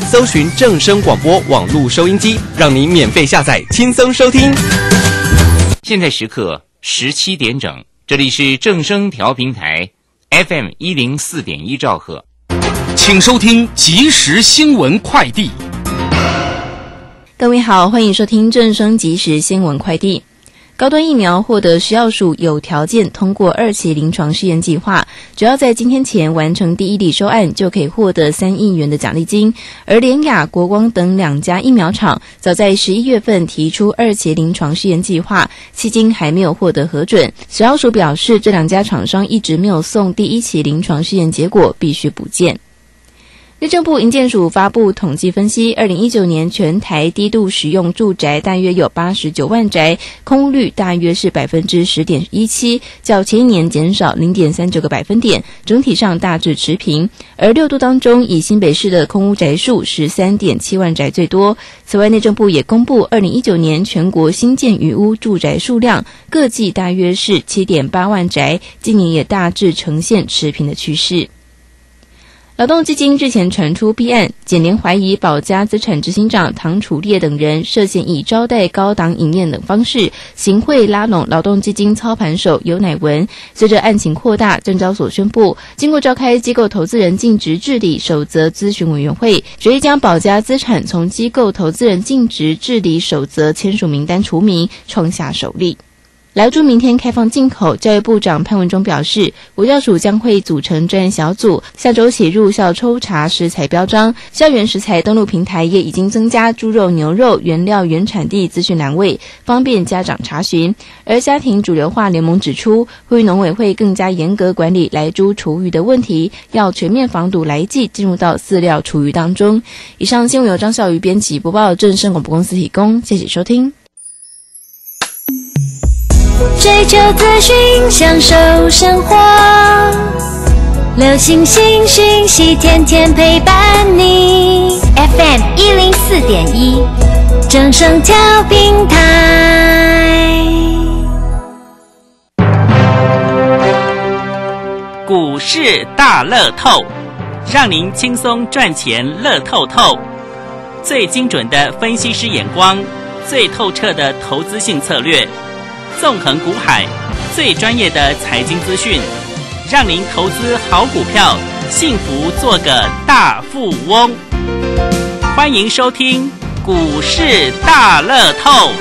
搜寻正声广播网络收音机，让你免费下载，轻松收听。 现在时刻17点整，这里是正声调频台 FM 104.1兆赫， 请收听即时新闻快递。 各位好，欢迎收听正声即时新闻快递。高端疫苗获得食药署有条件通过2期临床试验计划，只要在今天前完成第一例收案，就可以获得3亿元的奖励金。而联亚、国光等2家疫苗厂早在11月份提出2期临床试验计划，迄今还没有获得核准。食药署表示，这2家厂商一直没有送第1期临床试验结果，必须补件。内政部营建署发布统计分析，2019年全台低度使用住宅大约有89万宅，空屋率大约是 10.17%， 较前一年减少 0.39个百分点，整体上大致持平。而6都当中，以新北市的空屋宅数 13.7 万宅最多。此外，内政部也公布2019年全国新建余屋住宅数量，各季大约是 7.8 万宅，今年也大致呈现持平的趋势。劳动基金日前传出弊案，检联怀疑保家资产执行长唐楚烈等人涉嫌以招待高档饮宴等方式行贿拉拢劳动基金操盘手游乃文。随着案情扩大，证交所宣布，经过召开机构投资人尽职治理守则咨询委员会，决议将保家资产从机构投资人尽职治理守则签署名单除名，创下首例。莱猪明天开放进口，教育部长潘文忠表示，国教署将会组成专案小组，下周起入校抽查食材标章，校园食材登录平台也已经增加猪肉、牛肉原料原产地资讯栏位，方便家长查询。而家庭主流化联盟指出，呼吁农委会更加严格管理莱猪厨余的问题，要全面防堵莱剂进入到饲料厨余当中。以上新闻由张孝瑜编辑播报，正声广播公司提供，谢谢收听。 追求资讯，享受生活，流行新讯息，天天陪伴你。FM 104.1，正声调频台。 股市大乐透，让您轻松赚钱乐透透。最精准的分析师眼光，最透彻的投资性策略。纵横股海，最专业的财经资讯，让您投资好股票，幸福做个大富翁。欢迎收听股市大乐透。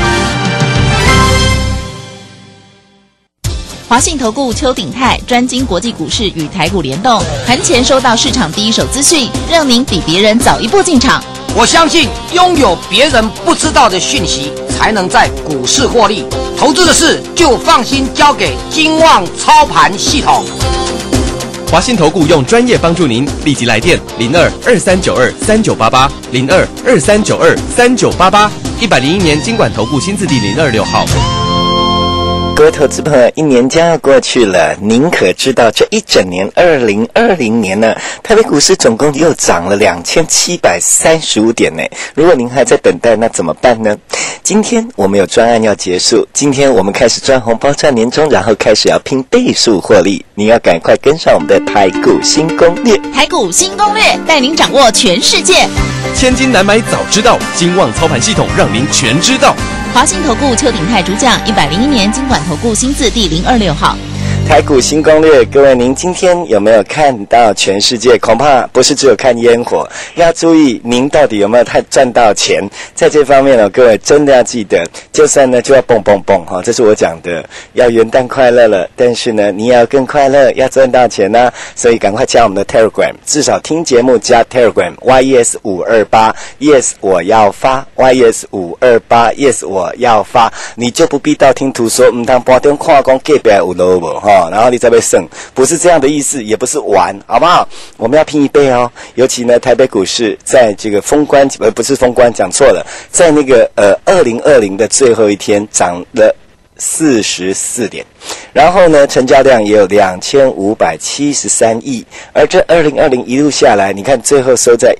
华信投顾邱鼎泰专精国际股市与台股联动，盘前收到市场第一手资讯，让您比别人早一步进场。 我相信拥有别人不知道的讯息，才能在股市获利。投资的事就放心交给金旺操盘系统。 华信投顾用专业帮助您，立即来电0223923988 0223923988， 101年金管投顾新字第026号。 各位投资朋友，一年将要过去了，您可知道这一整年2020年呢，台北股市总共又涨了2735点呢。如果您还在等待，那怎么办呢？今天我们有专案要结束，今天我们开始赚红包、赚年终，然后开始要拼倍数获利。您要赶快跟上我们的台股新攻略。 台股新攻略带您掌握全世界， 千金难买早知道，金旺操盘系统让您全知道。 华信投顾邱鼎泰主讲，101年金管投顾新字第026号。 台股新攻略，各位您今天有没有看到全世界？恐怕不是只有看烟火，要注意您到底有没有赚到钱。在这方面呢，各位真的要记得，就算呢就要蹦蹦蹦哈，这是我讲的，要元旦快乐了，但是呢你也要更快乐，要赚到钱啊，所以赶快加我们的 Telegram， 至少听节目加 Telegram YES528 Yes 我要发 YES528 Yes 我要发，你就不必道听途说，唔当半天看讲隔壁有路无哈。然后你再被省，不是这样的意思，也不是玩，好不好？我们要拼一倍哦。尤其呢，台北股市在这个封关，不是封关，讲错了，在那个2020的最后一天涨了44点。 然后呢，成交量也有2573亿，而这2020一路下来，你看最后收在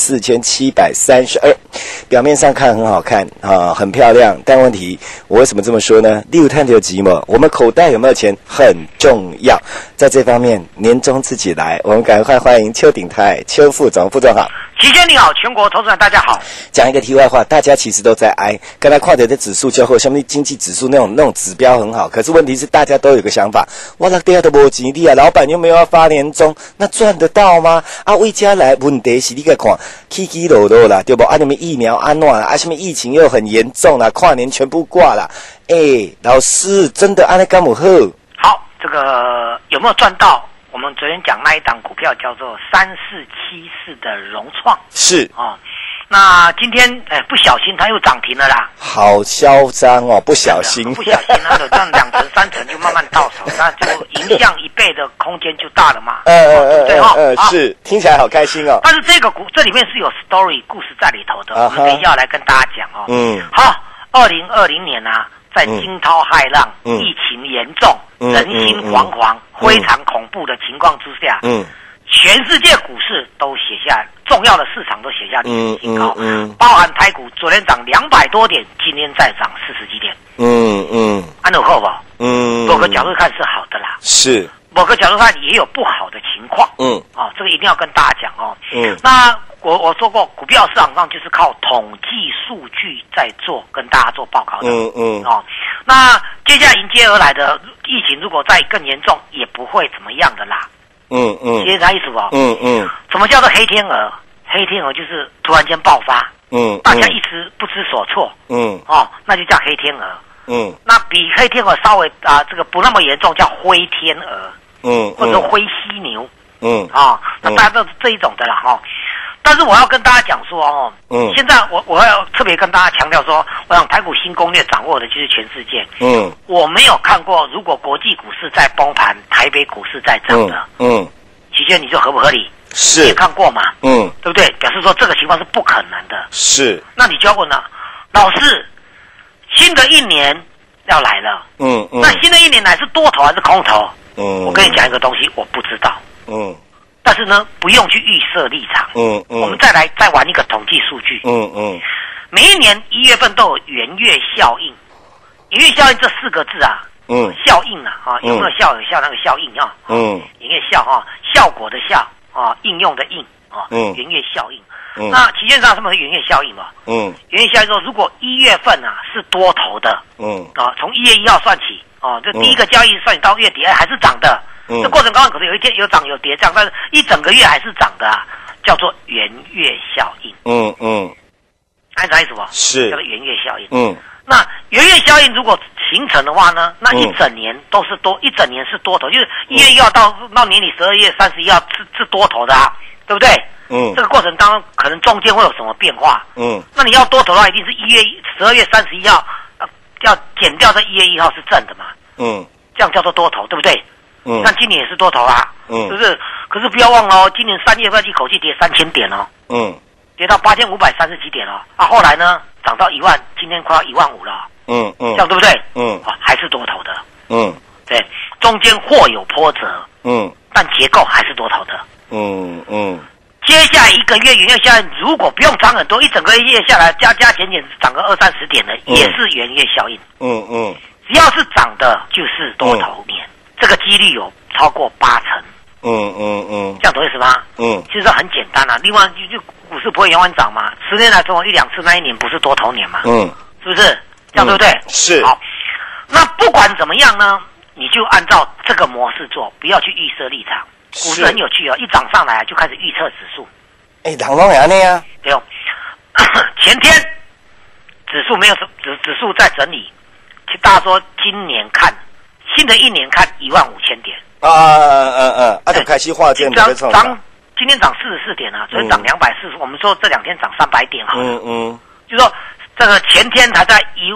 14732，表面上看很好看啊，很漂亮，但问题我为什么这么说呢？例如探究寂寞，我们口袋有没有钱很重要，在这方面年终自己来，我们赶快欢迎邱鼎泰邱副总，副总好。 齐轩你好，全国投资人大家好。 讲一个题外话，大家其实都在哀，刚才看到的指数就或什么经济指数那种指标很好，可是问题是大家都有个想法，哇，那底下都没钱的啊，老板又没有要发年终，那赚得到吗？啊，为家来问题是你个看起起落落啦，对不？啊，你们疫苗安暖啊，什么疫情又很严重啦，跨年全部挂了。老师真的安那干么好？ 好，这个有没有赚到？我们昨天讲那一档股票叫做3474的融创， 是哦。那今天不小心它又涨停了啦， 好嚣张哦！不小心， 不小心它有这样2成3成就慢慢到手，那就迎向1倍的空间就大了嘛。对哈， 是听起来好开心哦。 但是这里面是有 story 故事在里头的，我们等一下来跟大家讲哦。好，2020年啊，在惊涛骇浪、疫情严重、人心惶惶、非常恐怖的情况之下，全世界股市都写下重要的市场都写下历史新高，包含台股昨天涨200多点，今天再涨40几点。按照后吧，某个角度看是好的啦， 是某个角度看也有不好的情况。这个一定要跟大家讲哦。那我说过，股票市场上就是靠统计数据在跟大家做报告的。那接下来迎接而来的疫情，如果再更严重，也不会怎么样的啦。接啥意思不？什么叫做黑天鹅？黑天鹅就是突然间爆发，大家一时不知所措，那就叫黑天鹅。那比黑天鹅稍微这个不那么严重，叫灰天鹅，或者说灰犀牛，那大家都是这一种的啦，但是我要跟大家讲说现在我要特别跟大家强调说，我想台股新攻略掌握的就是全世界。我没有看过如果国际股市在崩盘，台北股市在涨的。齐轩，你说合不合理？ 是， 你也看过嘛？对不对？表示说这个情况是不可能的。 是， 那你就要问了，老师，新的一年要来了。那新的一年来是多头还是空头？我跟你讲一个东西，我不知道。但是呢，不用去预设立场。我们再玩一个统计数据。每一年1月份都有元月效应。元月效应这4个字啊，效应啊，有没有效？有效那个效应啊。元月效效果的效应用的应元月效应。那期间上什么是元月效应嘛？元月效应说，如果1月份啊是多头的，从1月1号算起，这第一个交易算起到月底还是涨的。这过程当中可能有一天有涨有跌这样，但是一整个月还是涨的啊，叫做元月效应。按啥意思不？ 是叫做元月效应。那元月效应如果形成的话呢，那一整年都是一整年是多头，就是1月1号到年底12月31号是多头的啊，对不对？这个过程当中可能中间会有什么变化？那你要多头的话，一定是12月31号要减掉这1月1号是正的嘛？这样叫做多头，对不对？那今年也是多头啊，是不是？可是不要忘了今年3月份一口气跌3000点跌到8530几点后来呢涨到1万，今天快要15000了，这样对不对？还是多头的，对，中间或有波折，但结构还是多头的，接下来1个月元月效应，如果不用涨很多，一整个月下来加减涨个20-30点的，也是元月效应，只要是涨的，就是多头年。这个几率有超过80%，这样懂意思吗？其实很简单啊。另外就股市不会永远涨嘛，10年来总有1-2次，那一年不是多头年嘛？是不是？这样对不对？是。好，那不管怎么样呢，你就按照这个模式做，不要去预设立场。股市很有趣一涨上来就开始预测指数。 人拢是这样啊。 对哦，前天指数没有指数在整理，大家说今年看。新的一年看15000点就开始画线， 今天涨44点啊，昨天涨240，我们说这2天涨300点好了。就说这个前天还在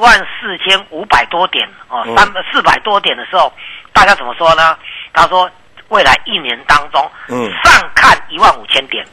14500多点400多点的时候，大家怎么说呢？他说未来一年当中，上看15000点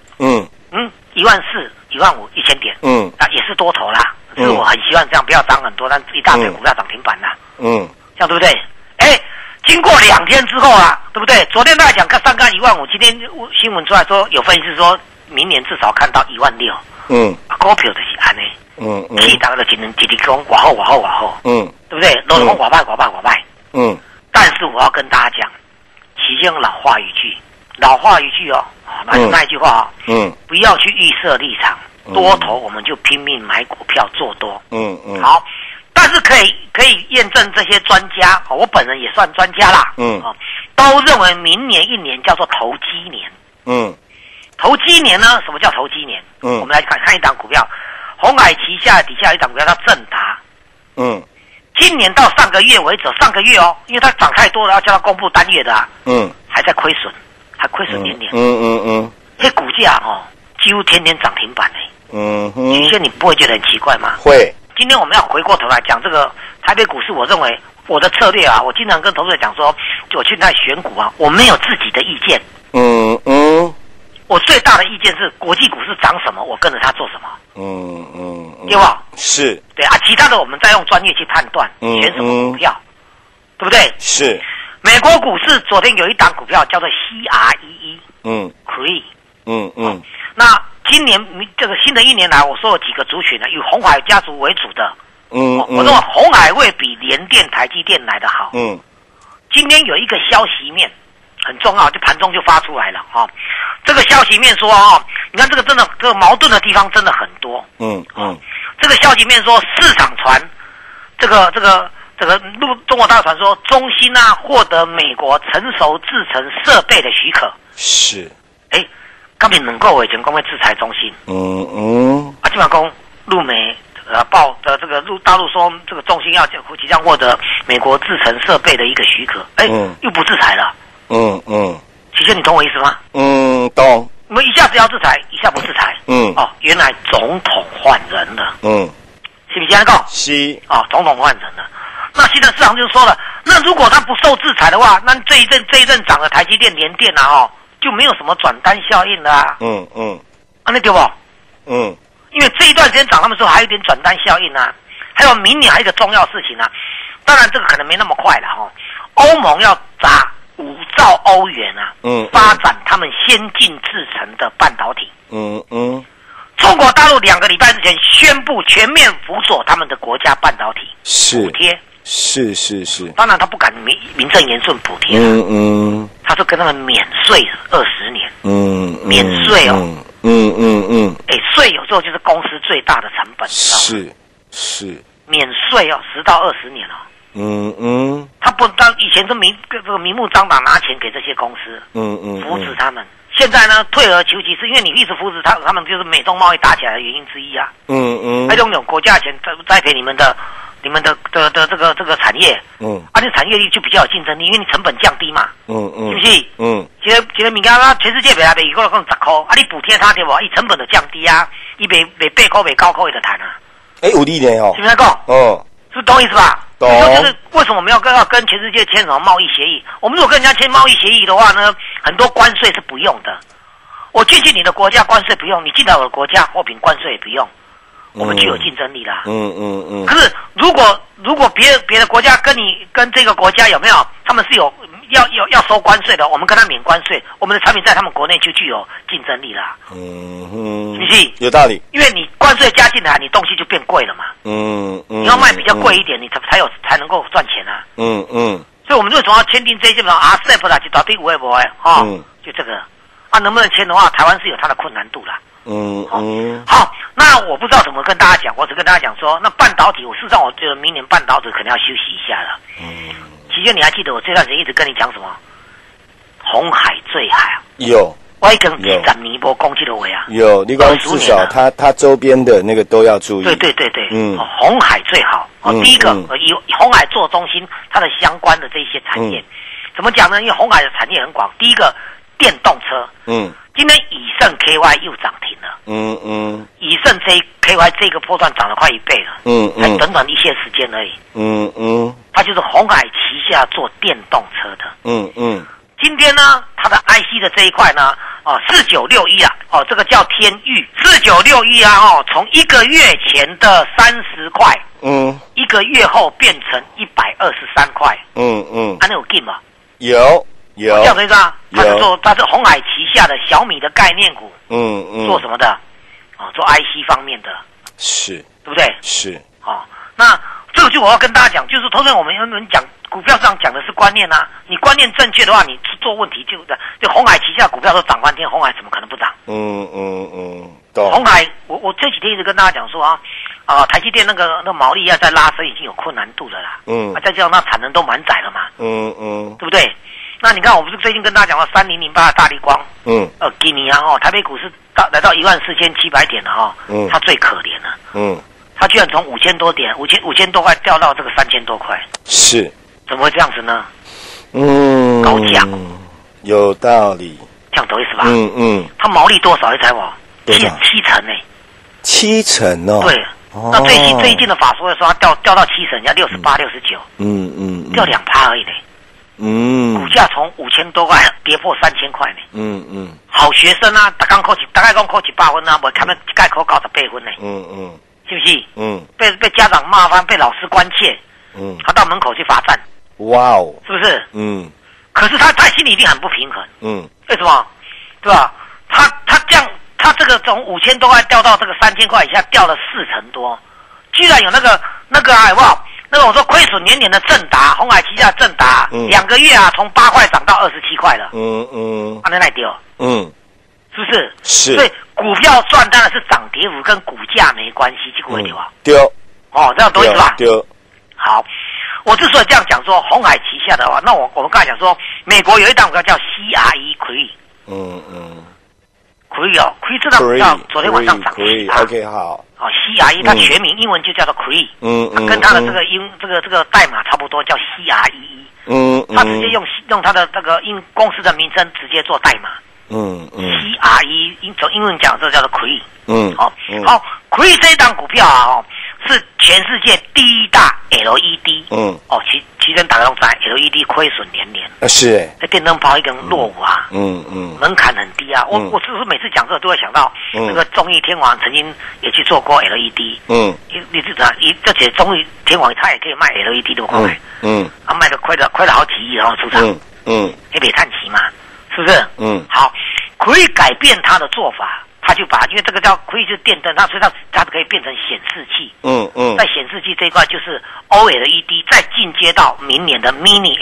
，14000、15000点，也是多头啦。是我很希望这样不要涨很多，但一大堆股票涨停板啦，这样对不对？ 经过2天之后啊，对不对？昨天大家讲上看15000，今天新闻出来说有分析师说明年至少看到16000。股票就是安尼。气大就只能直讲我好。对不对？都是讲我卖。但是我要跟大家讲，其中老话一句哦，那一句话哦，不要去预设立场，多头我们就拼命买股票做多。好。但是可以验证这些专家，我本人也算专家啦。都认为明年一年叫做投机年。投机年呢？什么叫投机年？我们来看一档股票，鸿海旗下底下有一档股票叫正达。今年到上个月为止，上个月哦，因为它涨太多了，要叫它公布单月的啊。还在亏损，还亏损年。这股价哦，几乎天天涨停板其实你不会觉得很奇怪吗？ 会。 今天我们要回过头来讲这个台北股市，我认为我的策略啊，我经常跟投资者讲说，我去那选股啊，我没有自己的意见。我最大的意见是国际股市涨什么，我跟着它做什么。对吧？ 是。 对啊，其他的我们再用专业去判断，选什么股票，对不对？ 是。 美国股市昨天有一档股票叫做 CREE，Cree。那今年这个新的一年来，我说有几个族群呢，以鸿海家族为主的。我认为鸿海会比联电、台积电来得好。今天有一个消息面很重要，就盘中就发出来了哈。这个消息面说你看这个真的这个矛盾的地方真的很多。这个消息面说市场传这个中国大陆传说中芯啊获得美国成熟制程设备的许可。 是。 刚才能够以前公会制裁中芯。基本上讲陆美报的这个大陆说这个中芯要即将获得美国制程设备的一个许可，又不制裁了。其实你懂我意思吗？ 懂。 我们一下子要制裁，一下不制裁。原来总统换人了。是不是这样讲？ 是。 总统换人了。那现在市场就说了，那如果他不受制裁的话，那这一阵涨的台积电、联电啊，就没有什么转单效应了啊。那对不？因为这一段时间涨，他们说还有一点转单效应啊。还有明年还有一个重要事情啊，当然这个可能没那么快了哈。欧盟要砸5兆欧元啊，发展他们先进制程的半导体。中国大陆2个礼拜之前宣布全面辅佐他们的国家半导体补贴。 是。 当然他不敢名正言顺补贴。他说跟他们免税20年。免税哦。税有时候就是公司最大的成本。是。免税10到20年哦。他不当以前是这个明目张胆拿钱给这些公司，扶持他们。现在呢，退而求其次，因为你一直扶持他们就是美中贸易打起来的原因之一啊。还用国家钱栽培你们的这个产业。这产业力就比较有竞争力，因为你成本降低嘛。是不是？一个物件全世界卖1块10块，你补贴他对不？伊成本就降低啊，伊卖8块卖9块伊就谈啊。 有理念哦。 是不是讲？是懂意思吧？ 懂。 就是为什么我们要跟全世界签什么贸易协议？我们如果跟人家签贸易协议的话呢，很多关税是不用的。我进去你的国家关税不用，你进到我的国家货品关税也不用，我们就有竞争力啦。可是如果别的国家跟这个国家有没有，他们是有要收关税的，我们跟他免关税，我们的产品在他们国内就具有竞争力啦。是不是？ 有道理。 因为你关税加进来，你东西就变贵了嘛。你要卖比较贵一点，你才能够赚钱啊。所以我们为什么要签订这些RCEP 啦，就到底有不就这个能不能签的话，台湾是有它的困难度啦。好，那我不知道怎么跟大家讲，我只跟大家讲说，那半导体，事实上我觉得明年半导体可能要休息一下了。其实你还记得我这段时间一直跟你讲什么？红海最海啊。有。我已经20年没讲这个话啊。 有，你讲至少它周边的那个都要注意。 对。红海最好。第一个以红海做中心，它的相关的这些产业，怎么讲呢？因为红海的产业很广。第一个电动车。今天以盛 KY 又涨停了。以盛KY 这个波段涨了快1倍了。才短短一些时间而已。它就是鸿海旗下做电动车的。 今天呢，它的 IC 的这一块呢，4961啊，这个叫天域4961啊，从1个月前的30块，1个月后变成123块，安那有进吗？ 有， 这样子啊，它是鸿海旗下的小米的概念股，做什么的？做 IC 方面的， 是， 对不对？ 是， 那这个就我要跟大家讲，就是通常我们讲股票上讲的是观念啊，你观念正确的话，你做问题就鸿海旗下股票都涨翻天，鸿海怎么可能不涨？懂。鸿海，我这几天一直跟大家讲说台积电那个毛利要再拉升已经有困难度了啦，再加上那产能都满载了嘛，对不对？那你看，我不是最近跟大家讲了3008的大立光，今年台北股市来到14700点了哈，它最可怜了，它居然从5000多点5000多块掉到这个3000多块，是，怎么会这样子呢？高价， 有道理， 这样懂意思吧？它毛利多少一猜我？7成呢？7成哦？对，那最近的法说会说它掉到7成，人家68、69，掉2%而已呢。股价从5000多块跌破3000块呢。好学生啊，大概讲考100分啊，不看到一概考98分呢。是不是？被家长骂翻，被老师关切。他到门口去罚站。哇哦，是不是？可是他心里一定很不平衡。为什么？对吧？他这样，他这个从5000多块掉到这个3000块以下，掉了4成多，居然有那个好不好？那个我说亏损年的正达，鸿海旗下正达，2个月啊，从8块涨到27块了。那来丢，是不是？是。所以股票赚当然是涨跌幅跟股价没关系，这个会丢啊。丢。这样懂意思吧？丢。好，我之所以这样讲说鸿海旗下的话，那我们刚才讲说，美国有一档股票叫 CRE 奎。奎这档股票昨天晚上涨10%。OK 好。CRE 它全名英文就叫做 Cree，跟它的这个代码差不多，叫 CREE。它直接用它的这个公司的名称直接做代码。CRE 从英文讲这叫做 Cree。好 ，Cree 这一档股票啊，是全世界第一大 LED。其实大家都知道 LED 亏损连连。是。这电灯泡一根落伍啊。门槛很低啊。我就是每次讲这个都会想到那个综艺天王曾经也去做过 LED。你知道，这些综艺天王他也可以卖 LED 的过来。卖的亏了好几亿然后出场。也别叹气嘛，是不是？好，可以改变他的做法。他就因为这个叫可以就是电灯，所以它可以变成显示器。在显示器这一块就是 OLED， 再进阶到明年的 Mini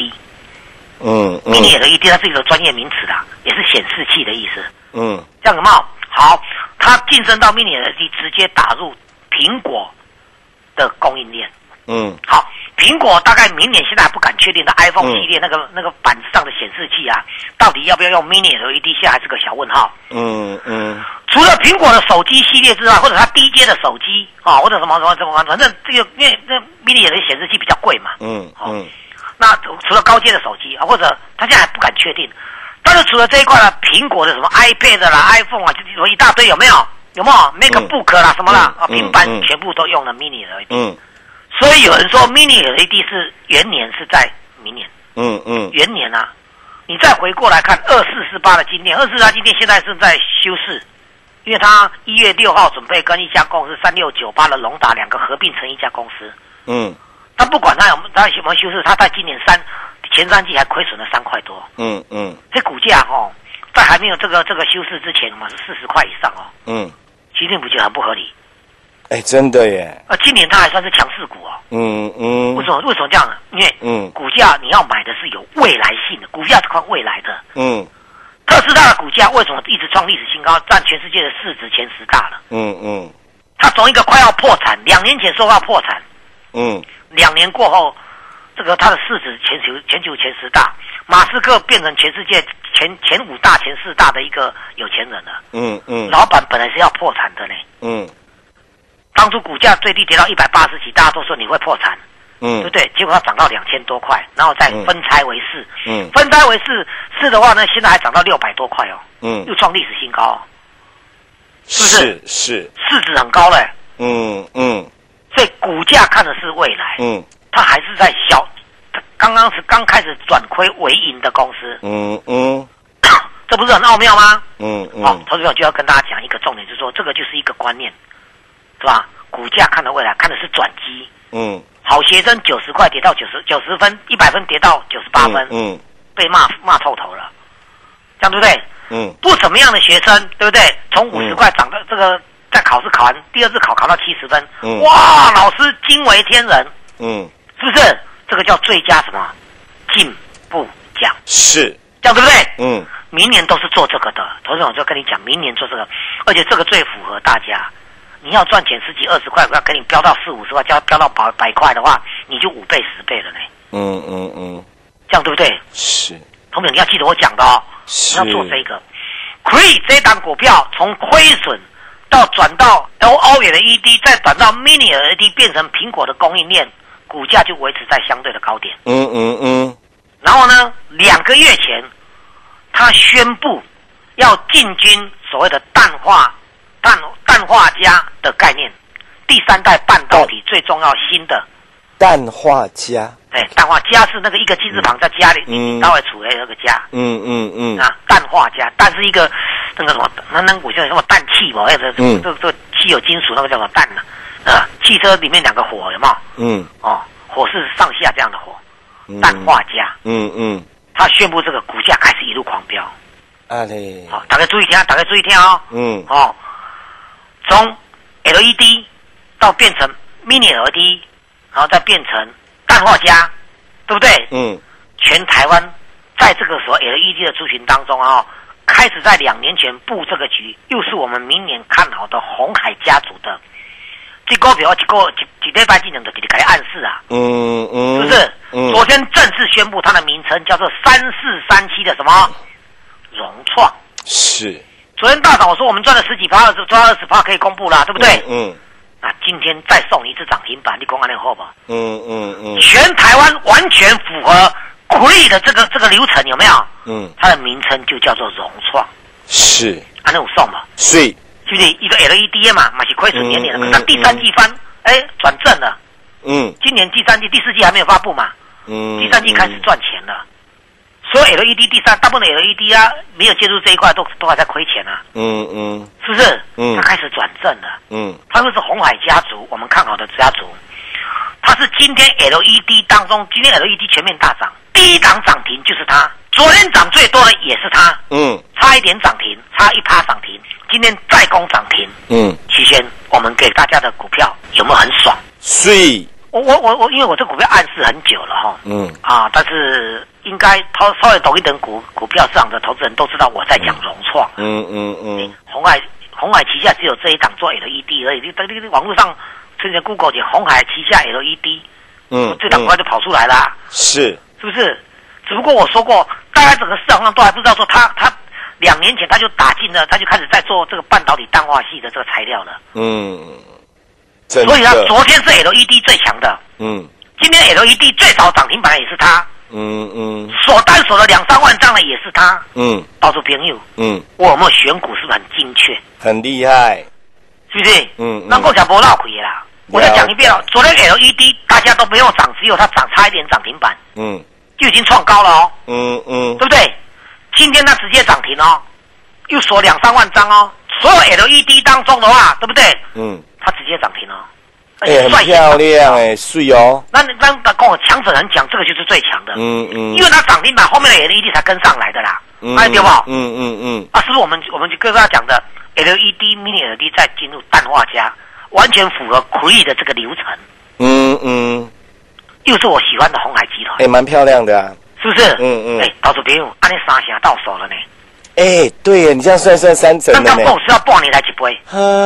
LED。Mini LED 它是一个专业名词啦，也是显示器的意思。这样有没有？好，它晋升到 Mini LED， 直接打入苹果的供应链。好，苹果大概明年现在还不敢确定的 iPhone 系列那个板子上的显示器啊，到底要不要用 Mini LED， 现在还是个小问号。除了苹果的手机系列之外，或者它低阶的手机或者什么，反正这个因为那 Mini LED 显示器比较贵嘛。那除了高阶的手机或者他现在还不敢确定。但是除了这一块呢，苹果的什么 iPad 啦、iPhone 啊，就一大堆，有没有 ？MacBook 啦什么啦平板全部都用了 Mini LED。所以有人说 Mini LED 是元年是在明年。元年啊，你再回过来看2448的晶片，2448晶片现在是在休市，因为它1月6号准备跟一家公司3698的隆达2个合并成一家公司。他不管他有没有休市，他在今年前3季还亏损了3块多。这股价在还没有这个休市之前嘛是40块以上其实你不觉得很不合理？真的耶！今年它还算是强势股为什么这样呢？因为股价你要买的是有未来性的，股价是靠未来的。特斯拉的股价为什么一直创历史新高，占全世界的市值前10大了？它从一个快要破产，2年前说要破产，2年过后，这个它的市值全球前10大，马斯克变成全世界前5大、前4大的一个有钱人了。老板本来是要破产的呢。当初股价最低跌到180几，大家都说你会破产，对不对？结果它涨到2000多块，然后再分拆为4，分拆为4的话呢，现在还涨到600多块又创历史新高是不是？是，市值很高嘞。所以股价看的是未来，它还是在刚开始转亏为盈的公司。这不是很奥妙吗？投资者就要跟大家讲一个重点，就是说这个就是一个观念，是吧？股价看的未来，看的是转机。好学生90块跌到90分，100分跌到98分，被骂透头了，这样对不对？不怎么样的学生，对不对？从50块涨到这个，在考试考完第二次考到70分，哇，老师惊为天人，是不是？这个叫最佳什么进步奖？ 是这样对不对？明年都是做这个的，投资者就跟你讲，明年做这个，而且这个最符合大家。你要赚钱10几20块，要给你飙到40-50块，飙到100块的话，你就5倍10倍了呢。这样对不对？ 是。 同学，你要记得我讲的哦。你要做这个。Cree 这档股票从亏损到转到 OLED， 再转到 Mini LED， 变成苹果的供应链，股价就维持在相对的高点。然后呢，2个月前，他宣布要进军所谓的氮化镓的概念，第3代半导体最重要新的氮化镓。 氮化镓是那个一个金字旁在家里，稍微处的那个镓。氮化镓，氮是一个那个什么，那股叫什么氮气嘛？这汽油金属那个叫什么氮呢？汽车里面2个火有没有？火是上下这样的火，氮化镓。他宣布这个股价开始一路狂飙。好，大家注意听哦。从 LED 到变成 Mini LED， 然后再变成氮化镓，对不对？全台湾在这个所谓 LED 的族群当中开始在2年前布这个局，又是我们明年看好的鸿海家族的。这股票几礼拜之前就给你暗示啊，是不是？昨天正式宣布它的名称叫做3437的什么融创。 是。 昨天大早我说我们赚了10几%、20%可以公布啦，对不对？那今天再送你一次涨停板，你公安的后吧？全台湾完全符合Cree的这个流程，有没有？它的名称就叫做融创。 是。 那有送嘛？ 是。 是不是一个 LED 嘛？嘛是亏损年的，可是第3季翻，转正了。今年第3季、第4季还没有发布嘛？第3季开始赚钱了。所有 LED 大部分的 LED 没有介入这一块都还在亏钱啊。是不是？它开始转正了。它就是鸿海家族，我们看好的家族。它是今天 LED 当中，今天 LED 全面大涨，第一档涨停就是它。昨天涨最多的也是它。差一点涨停，差1%涨停。今天再攻涨停。期间我们给大家的股票有没有很爽？ 是。 我因为我这股票暗示很久了但是应该稍微懂一点股票市场的投资人都知道我在讲融创。鸿海旗下只有这一档做 LED 而已。你网络上之前 Google 讲鸿海旗下 LED，这档股票就跑出来啦。是不是？只不过我说过，大家整个市场上都还不知道说他2年前他就打进了，他就开始在做这个半导体氮化系的这个材料了。所以他昨天是 LED 最强的。今天 LED 最早涨停板的也是他。锁单锁了2-3万张的也是他。到处朋友。我有没有选股是不是很精确？ 很厉害， 是不是？那够讲不绕亏啦。我再讲一遍了，昨天 LED 大家都不用涨，只有它差一点涨停板。就已经创高了对不对？今天它直接涨停又锁2-3万张所有 LED 当中的话，对不对？它直接涨停很漂亮水那跟我强者很讲，这个就是最强的。因为它涨停板后面的 LED 才跟上来的啦。对不好？是不是我们就跟大家讲的 LED Mini LED 在进入氮化镓，完全符合Cree的这个流程。又是我喜欢的鸿海集团。 蛮漂亮的啊。 是不是？到处别用，按那3成到手了呢。 对耶，你这样算3成了呢。 那公司要半年来一杯。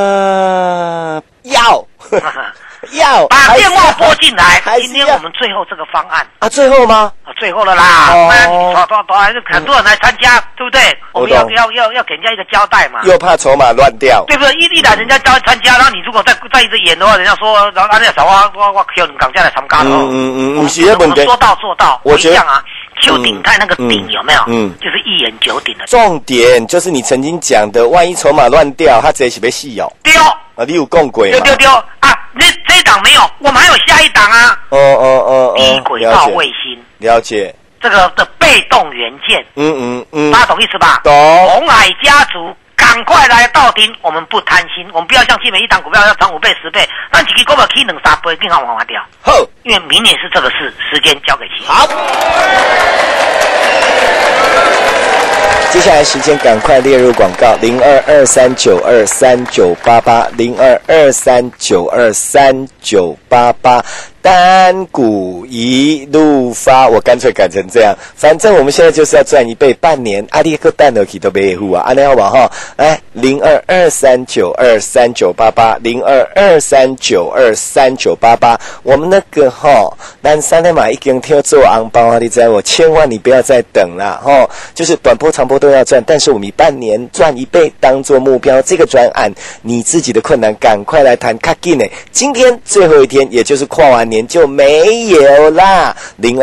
要把电话拨进来。今天我们最后这个方案最后吗？ 最后了啦。很多人来参加，对不对？我们要给人家一个交代嘛。 又怕筹码乱掉， 对不对？一来人家参加，然后你如果再一直演的话，人家说，然后少我叫你港家来参加了。 不是那问题。 说到做到。我一样Q 顶泰那个顶有没有？就是1言9鼎的。 重点就是你曾经讲的，万一筹码乱掉，它直接是被戏咬。 丢。 你有讲过吗？ 丢这一档没有，我们还有下一档啊。低轨道卫星。 了解。 这个的被动元件。大家懂意思吧？ 懂。 鸿海家族。赶快来到庭，我们不贪心，我们不要像基本一档股票要涨5倍10倍，那几个股票可以2、3倍，更好往下掉。 好， 因为明年是这个事，时间交给其。 好，接下来时间赶快列入广告，022392392398，0223923988。单股一路发，我干脆改成这样，反正我们现在就是要赚1倍，半年阿里克蛋的起都没户啊，安尼好不好？来，022392392398，0223923988，我们那个咱3天嘛已经听做红包啊，你知道我千万你不要再等了就是短波长波都要赚，但是我们以半年赚1倍当做目标，这个专案你自己的困难赶快来谈，卡紧呢，今天最后一天，也就是跨完年就没有啦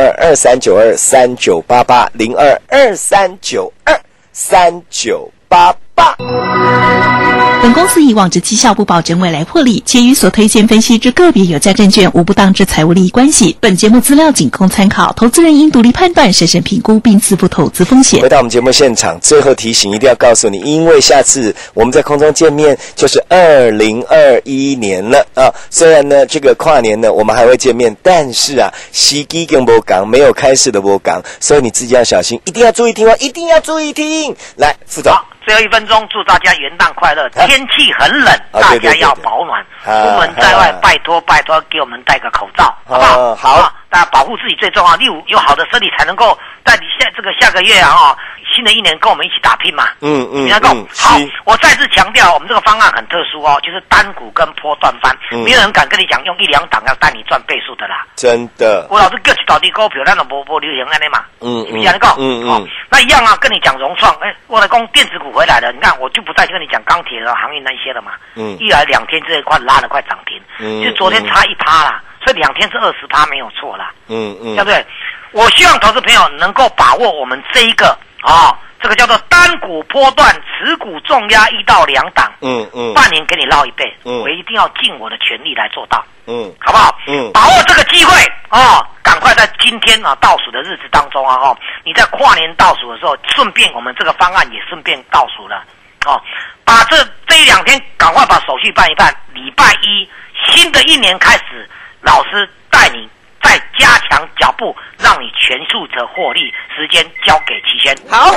，0223923988，0223923988。 本公司以往之绩效不保证未来获利，且与所推荐分析之个别有价证券无不当之财务利益关系。本节目资料仅供参考，投资人应独立判断、审慎评估并自负投资风险。 回到我们节目现场，最后提醒一定要告诉你，因为下次我们在空中见面就是2021年了啊。虽然呢这个跨年呢我们还会见面，但是啊时机跟不讲，没有开市的不讲，所以你自己要小心，一定要注意听哦，一定要注意听。来，副总。 最后1分钟，祝大家元旦快乐！天气很冷，大家要保暖。出门在外，拜托给我们戴个口罩，好不好？ 好， 大家保护自己最重要。有好的身体，才能够在你下个月新的一年跟我们一起打拼嘛。你能够好，我再次强调，我们这个方案很特殊就是单股跟波段翻，没有人敢跟你讲用1、2档要带你赚倍数的啦。 真的， 我老是叫去倒地股票，咱都无流行安尼嘛。你讲那一样啊，跟你讲融创，我来讲电子股回来了，你看我就不再跟你讲钢铁了、航运那一些了嘛。一来2天之内拉了快涨停，就昨天差1%啦，所以2天是20%没有错啦。对不对？我希望投资朋友能够把握我们这一个这个叫做单股波段持股重压1到2档，半年给你捞1倍，我一定要尽我的全力来做到，好不好？把握这个机会赶快在今天倒数的日子当中你在跨年倒数的时候，顺便我们这个方案也顺便倒数了，把这1-2天赶快把手续办一办，礼拜一新的一年开始，老师带你再加强脚步，让你全数的获利。时间交给齐轩。 好。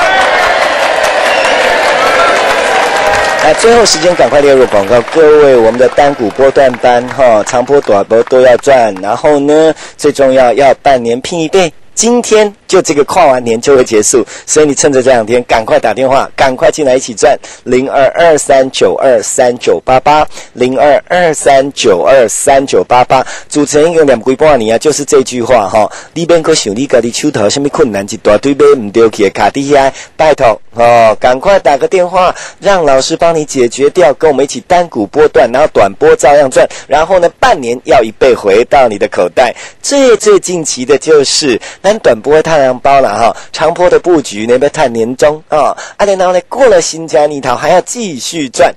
来，最后时间赶快列入广告，各位，我们的单股波段班长波短波都要赚，然后呢，最重要要半年拼1倍。今天就这个跨完年就会结束，所以你趁着这2天赶快打电话，赶快进来一起赚，0223923988，0223923988。主持人用2几半年就是这句话你免去想你家己手头什么困难，一大堆买唔对去的卡底下，拜托赶快打个电话，让老师帮你解决掉，跟我们一起单股波段，然后短波照样赚，然后呢半年要1倍回到你的口袋。最近期的就是咱短波太阳包了长波的布局呢要看年终然后呢过了新家年头还要继续赚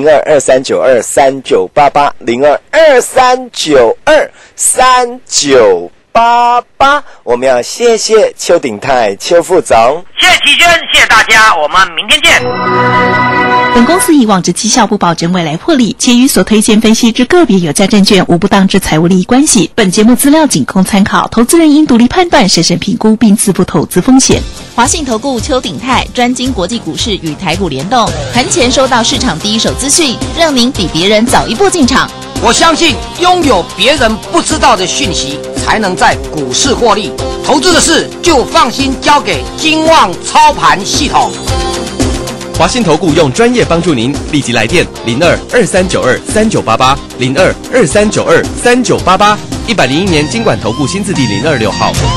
，0223923988，0223923988。我们要谢谢邱鼎泰邱副总， 谢谢齐轩，谢谢大家，我们明天见。 本公司以往之绩效不保证未来获利，且与所推荐分析之个别有价证券无不当之财务利益关系。本节目资料仅供参考，投资人应独立判断、审慎评估并自负投资风险。 华信投顾邱鼎泰专精国际股市与台股联动，盘前收到市场第一手资讯，让您比别人早一步进场。 我相信拥有别人不知道的讯息，才能在股市获利。投资的事就放心交给金旺操盘系统。 华信投顾用专业帮助您，立即来电0223923988，0223923988，101年金管投顾新字第026号。